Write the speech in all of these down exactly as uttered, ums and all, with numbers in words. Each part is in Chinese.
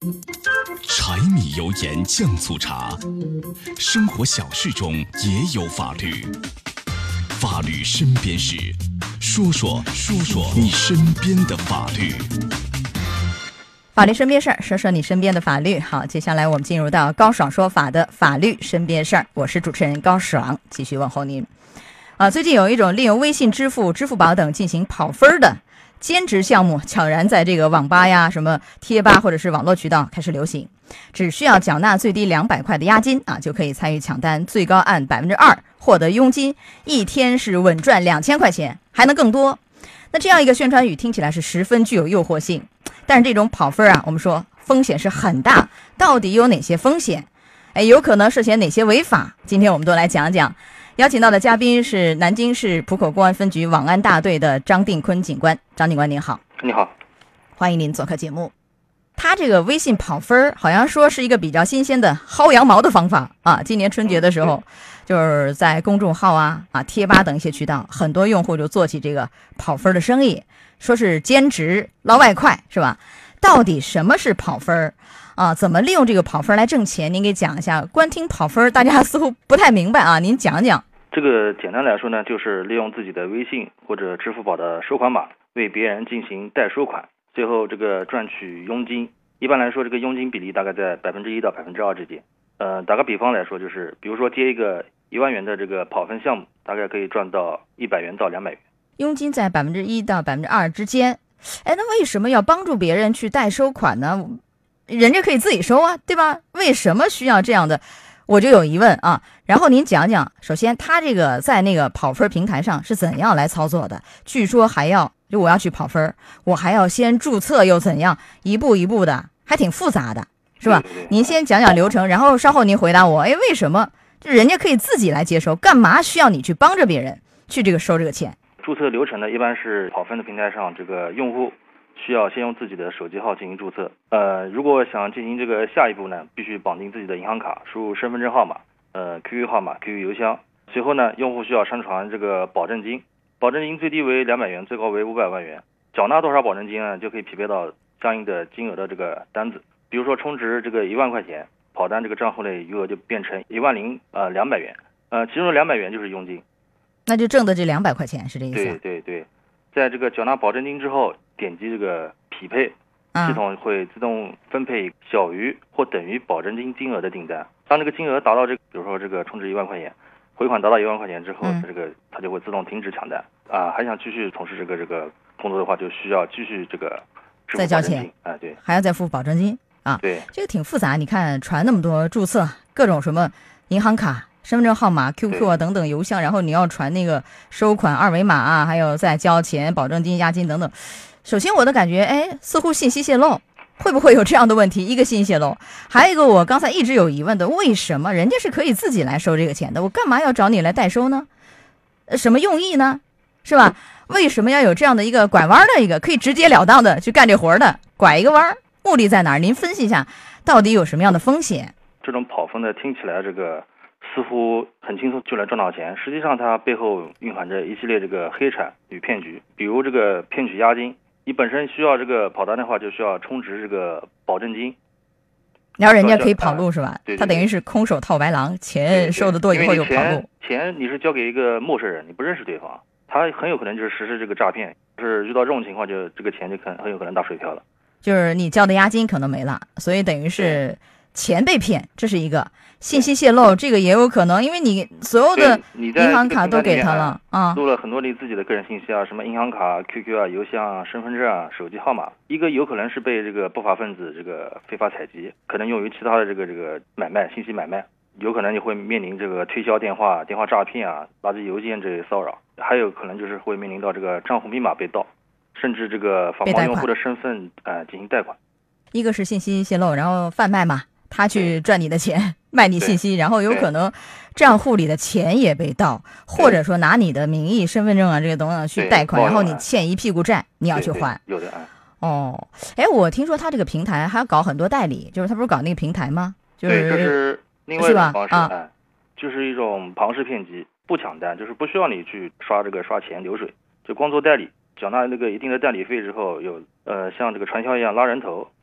柴米油盐酱醋茶，生活小事中也有法律。法律身边事，说说说说你身边的法律。 法律身边事儿，说说你身边的法律。好，接下来我们进入到高爽说法的法律身边事儿，我是主持人高爽，继续问候您。啊，最近有一种利用微信支付、支付宝等进行跑分的兼职项目，悄然在这个网吧呀、什么贴吧或者是网络渠道开始流行。只需要缴纳最低两百块的押金啊，就可以参与抢单，最高按百分之二获得佣金，一天是稳赚两千块钱，还能更多。那这样一个宣传语听起来是十分具有诱惑性，但是这种跑分啊，我们说风险是很大，到底有哪些风险？哎，有可能涉嫌哪些违法？今天我们都来讲讲。邀请到的嘉宾是南京市浦口公安分局网安大队的张定坤警官。张警官您好。 你好， 欢迎您做客节目。他这个微信跑分好像说是一个比较新鲜的薅羊毛的方法啊。今年春节的时候，就是在公众号啊、啊贴吧等一些渠道，很多用户就做起这个跑分的生意，说是兼职捞外快，是吧？到底什么是跑分啊？怎么利用这个跑分来挣钱？您给讲一下。光听跑分，大家似乎不太明白啊，您讲讲。 这个简单来说呢，就是利用自己的微信或者支付宝的收款码为别人进行代收款，最后这个赚取佣金。一般来说，这个佣金比例大概在百分之一到百分之二之间。呃，打个比方来说，就是比如说接一个一万元的这个跑分项目，大概可以赚到一百元到两百元。 佣金在百分之一到百分之二之间。哎，那为什么要帮助别人去代收款呢？人家可以自己收啊，对吧？为什么需要这样的？我就有疑问啊。然后您讲讲，首先他这个在那个跑分平台上是怎样来操作的？据说还要就我要去跑分，我还要先注册又怎样，一步一步的，还挺复杂的，是吧？ 对对对， 您先讲讲流程，然后稍后您回答我，哎，为什么就人家可以自己来接收，干嘛需要你去帮着别人去这个收这个钱？ 注册流程呢，一般是跑分的平台上，这个用户需要先用自己的手机号进行注册。呃，如果想进行这个下一步呢，必须绑定自己的银行卡，输入身份证号码、呃 Q Q 号码、Q Q 邮箱。随后呢，用户需要上传这个保证金，保证金最低为两百元，最高为五百万元。缴纳多少保证金呢，就可以匹配到相应的金额的这个单子。比如说充值这个一万块钱，跑单这个账户内余额就变成一万零呃两百元，呃，其中两百元就是佣金。 那就挣的这两百块钱是这意思？ 对对对，在这个缴纳保证金之后，点击这个匹配，系统会自动分配小于或等于保证金金额的订单。当这个金额达到这个，比如说这个充值一万块钱，回款达到一万块钱之后， 嗯、 这个它就会自动停止抢单啊。还想继续从事这个这个工作的话，就需要继续这个支付再交钱啊，对， 还要再付保证金啊。 对， 这个挺复杂。你看传那么多注册，各种什么银行卡、身份证号码、Q Q 啊等等邮箱，然后你要传那个收款二维码啊，还有再交钱、保证金、押金等等。首先我的感觉，哎，似乎信息泄露，会不会有这样的问题？一个信息泄露，还有一个我刚才一直有疑问的，为什么人家是可以自己来收这个钱的，我干嘛要找你来代收呢？什么用意呢？是吧？为什么要有这样的一个拐弯的一个可以直截了当的去干这活的，拐一个弯，目的在哪儿？您分析一下，到底有什么样的风险？ 这种跑分的听起来这个似乎很轻松就能赚到钱，实际上它背后蕴含着一系列这个黑产与骗局。比如这个骗取押金，你本身需要这个跑单的话，就需要充值这个保证金， 然后人家可以跑路是吧？ 对对对， 他等于是空手套白狼，钱收的多以后就跑路。 钱你是交给一个陌生人，你不认识对方，他很有可能就是实施这个诈骗。是遇到这种情况，就这个钱就很很有可能打水漂了。 就是你交的押金可能没了，所以等于是钱被骗，这是一个信息泄露，这个也有可能，因为你所有的银行卡都给他了啊， 录了很多你自己的个人信息啊，什么银行卡、Q Q 啊、邮箱啊、身份证啊、手机号码，一个有可能是被这个不法分子这个非法采集，可能用于其他的这个这个买卖信息买卖，有可能你会面临这个推销电话、电话诈骗啊、垃圾邮件这些骚扰，还有可能就是会面临到这个账户密码被盗，甚至这个仿冒用户的身份呃进行贷款。 一个是信息泄露，然后贩卖嘛，他去赚你的钱，卖你信息，然后有可能账户里的钱也被盗，或者说拿你的名义、身份证啊这个东西去贷款，然后你欠一屁股债，你要去还。 有的啊。 哦，哎，我听说他这个平台还要搞很多代理，就是他不是搞那个平台吗？就是、 对，这是另外一种方式啊、 哎，就是一种庞氏骗局，不抢单，就是不需要你去刷这个刷钱流水，就光做代理，缴纳那个一定的代理费之后，有呃像这个传销一样拉人头，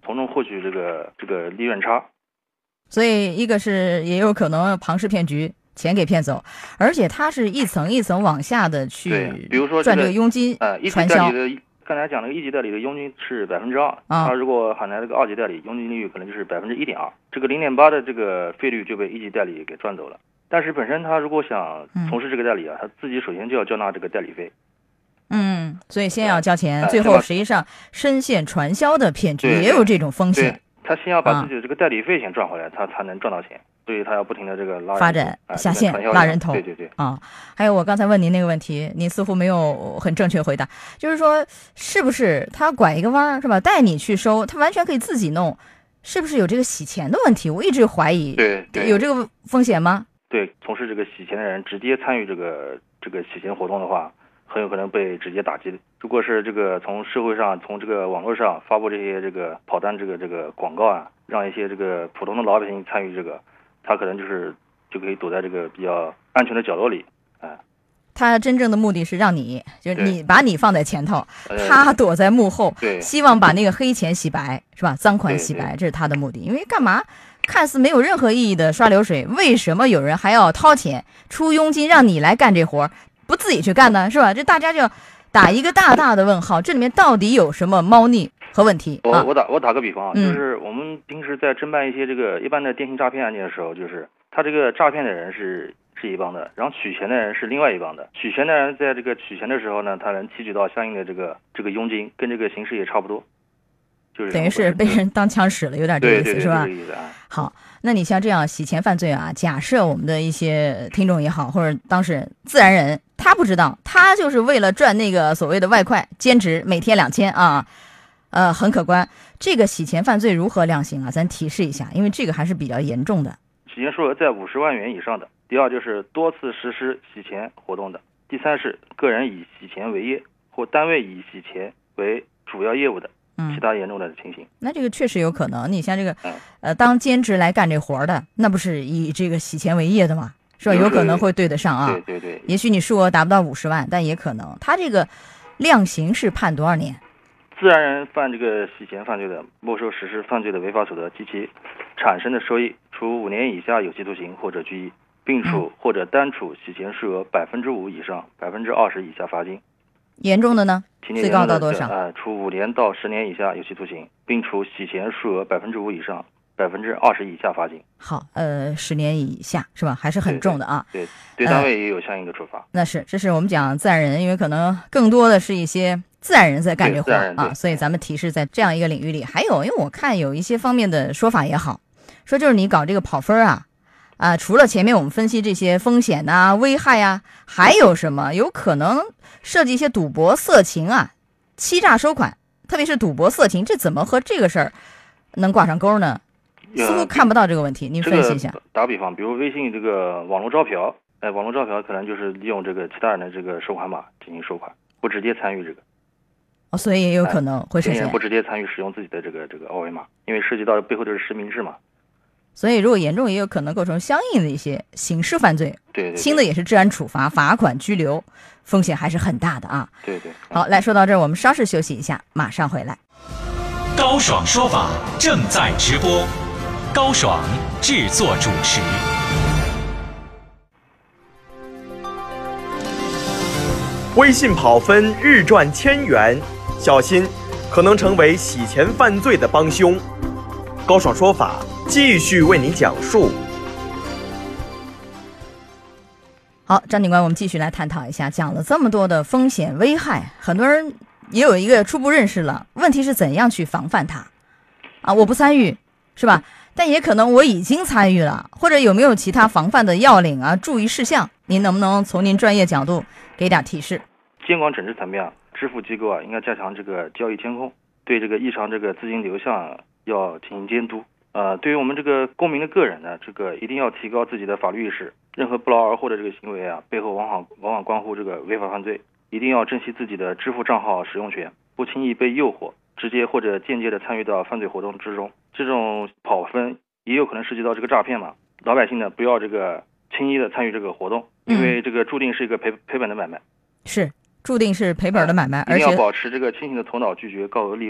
从中获取这个这个利润差。 所以一个是也有可能庞氏骗局，钱给骗走，而且它是一层一层往下的去， 比如说赚这个佣金传销。 呃，一级代理的刚才讲那个一级代理的佣金是百分之二，他如果喊来这个二级代理，佣金利率可能就是百分之一点二，这个零点八的这个费率就被一级代理给赚走了。但是本身他如果想从事这个代理啊，他自己首先就要交纳这个代理费。 嗯，所以先要交钱，最后实际上深陷传销的骗局也有这种风险。 他先要把自己的这个代理费先赚回来，他才能赚到钱。所以他要不停的这个拉发展下线、拉人头。 对对对啊，还有我刚才问您那个问题，您似乎没有很正确回答，就是说是不是他拐一个弯是吧，带你去收，他完全可以自己弄，是不是有这个洗钱的问题？我一直怀疑， 对对， 有这个风险吗？ 对，从事这个洗钱的人直接参与这个这个洗钱活动的话，很有可能被直接打击的。如果是这个从社会上、从这个网络上发布这些这个跑单这个这个广告啊，让一些这个普通的老百姓参与这个，他可能就是就可以躲在这个比较安全的角落里，哎、呃。 他真正的目的是让你，就是你把你放在前头，他躲在幕后，希望把那个黑钱洗白，是吧？赃款洗白，这是他的目的。因为干嘛？看似没有任何意义的刷流水，为什么有人还要掏钱出佣金让你来干这活，不自己去干呢？是吧？这大家就要打一个大大的问号，这里面到底有什么猫腻和问题？ 我我打我打个比方啊，就是我们平时在侦办一些这个一般的电信诈骗案件的时候，就是他这个诈骗的人是是一帮的，然后取钱的人是另外一帮的。取钱的人在这个取钱的时候呢，他能提取到相应的这个这个佣金，跟这个形式也差不多。就是等于是被人当枪使了，有点这个意思， 对对对， 是吧？ 这个意思啊。 好，那你像这样洗钱犯罪啊，假设我们的一些听众也好，或者当事人自然人，他不知道，他就是为了赚那个所谓的外快，兼职每天两千啊，呃，很可观。这个洗钱犯罪如何量刑啊？咱提示一下，因为这个还是比较严重的。 洗钱数额在五十万元以上的。第二就是多次实施洗钱活动的。第三是个人以洗钱为业或单位以洗钱为主要业务的。其他严重的情形、嗯， 那这个确实有可能。你像这个，呃，当兼职来干这活的，那不是以这个洗钱为业的吗？是吧？有可能会对得上啊。 对对对。 也许你数额达不到五十万，但也可能。他这个量刑是判多少年？ 自然人犯这个洗钱犯罪的，没收实施犯罪的违法所得及其产生的收益，处五年以下有期徒刑或者拘役，并处或者单处洗钱数额百分之五以上百分之二十以下罚金。 严重的呢？最高到多少？ 呃，处五年到十年以下有期徒刑，并处洗钱数额百分之五以上百分之二十以下罚金。 好，呃，十年以下是吧？还是很重的啊。 对 对, 对, 对单位也有相应的处罚、呃。 那是，这是我们讲自然人，因为可能更多的是一些自然人在干这活啊，所以咱们提示在这样一个领域里。还有，因为我看有一些方面的说法也好，说就是你搞这个跑分啊。啊、呃，除了前面我们分析这些风险呐、啊、危害啊，还有什么？有可能涉及一些赌博、色情啊、欺诈收款，特别是赌博、色情，这怎么和这个事儿能挂上钩呢？似乎看不到这个问题，您分析一下。 这个、打个比方，比如微信这个网络招嫖，哎，网络招嫖可能就是利用这个其他人的这个收款码进行收款，不直接参与这个。 哦，所以也有可能会涉嫌、 哎、不直接参与使用自己的这个这个二维码，因为涉及到背后就是实名制嘛。 所以如果严重，也有可能构成相应的一些刑事犯罪。 对对对， 轻的也是治安处罚、罚款、拘留，风险还是很大的啊。 对对。 好，来说到这儿，我们稍事休息一下，马上回来。 高爽说法正在直播，高爽制作主持。 微信跑分日赚千元，小心可能成为洗钱犯罪的帮凶。高爽说法继续为您讲述。 好，张警官，我们继续来探讨一下，讲了这么多的风险危害，很多人也有一个初步认识了，问题是怎样去防范它啊？我不参与是吧？但也可能我已经参与了，或者有没有其他防范的要领啊、注意事项？您能不能从您专业角度给点提示？ 监管整治层面啊，支付机构啊应该加强这个交易监控，对这个异常这个资金流向要进行监督。呃，对于我们这个公民的个人呢，这个一定要提高自己的法律意识。任何不劳而获的这个行为啊，背后往往往往关乎这个违法犯罪。一定要珍惜自己的支付账号使用权，不轻易被诱惑，直接或者间接的参与到犯罪活动之中。这种跑分也有可能涉及到这个诈骗嘛。老百姓呢，不要这个轻易的参与这个活动，因为这个注定是一个赔赔本的买卖。 是。注定是赔本的买卖， 而且一定要保持这个清醒的头脑，拒绝高额利润。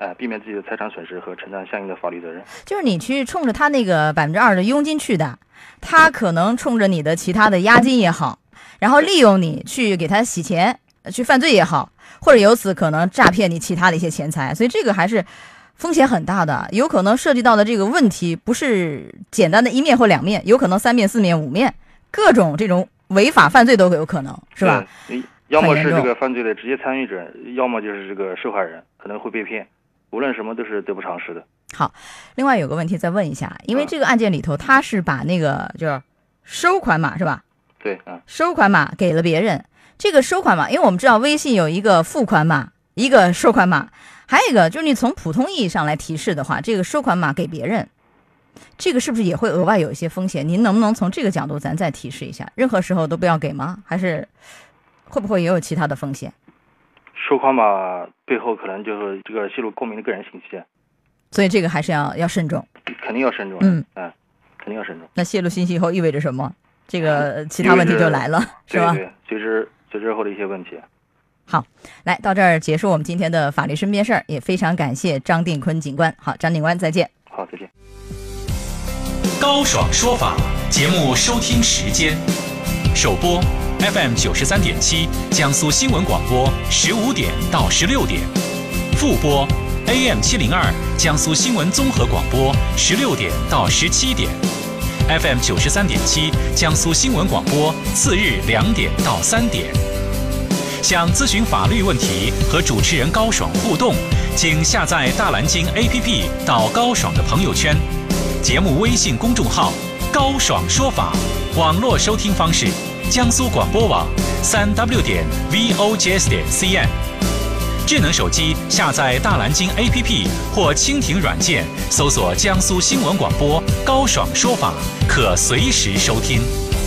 哎，避免自己的财产损失和承担相应的法律责任。 就是你去冲着他那个百分之二的佣金去的，他可能冲着你的其他的押金也好，然后利用你去给他洗钱，去犯罪也好，或者由此可能诈骗你其他的一些钱财，所以这个还是风险很大的，有可能涉及到的这个问题不是简单的一面或两面，有可能三面、四面、五面，各种这种违法犯罪都有可能，是吧？ 要么是这个犯罪的直接参与者，要么就是这个受害人可能会被骗，无论什么都是得不偿失的。 好，另外有个问题再问一下，因为这个案件里头，他是把那个就是收款码是吧？ 对，嗯， 收款码给了别人。这个收款码，因为我们知道微信有一个付款码，一个收款码，还有一个就是你从普通意义上来提示的话，这个收款码给别人，这个是不是也会额外有一些风险？您能不能从这个角度咱再提示一下？任何时候都不要给吗？还是会不会也有其他的风险？ 收款码背后可能就是这个泄露公民的个人信息， 所以这个还是要要慎重， 肯定要慎重。 嗯， 嗯，肯定要慎重。 那泄露信息以后意味着什么？这个其他问题就来了，是吧？ 对对，随之随之后的一些问题。 好，来到这儿结束我们今天的法律身边事儿，也非常感谢张定坤警官。好，张警官再见。 好，再见。 高爽说法节目收听时间：首播 F M 九十三点七，江苏新闻广播十五点到十六点；复播 A M 七零二，江苏新闻综合广播十六点到十七点。F M 九十三点七，江苏新闻广播次日两点到三点。想咨询法律问题和主持人高爽互动，请下载大蓝鲸 A P P 到高爽的朋友圈，节目微信公众号高爽说法，网络收听方式江苏广播网三 w 点 v o g s 点 c n。智能手机下载大蓝鲸 A P P 或蜻蜓软件，搜索江苏新闻广播高爽说法，可随时收听。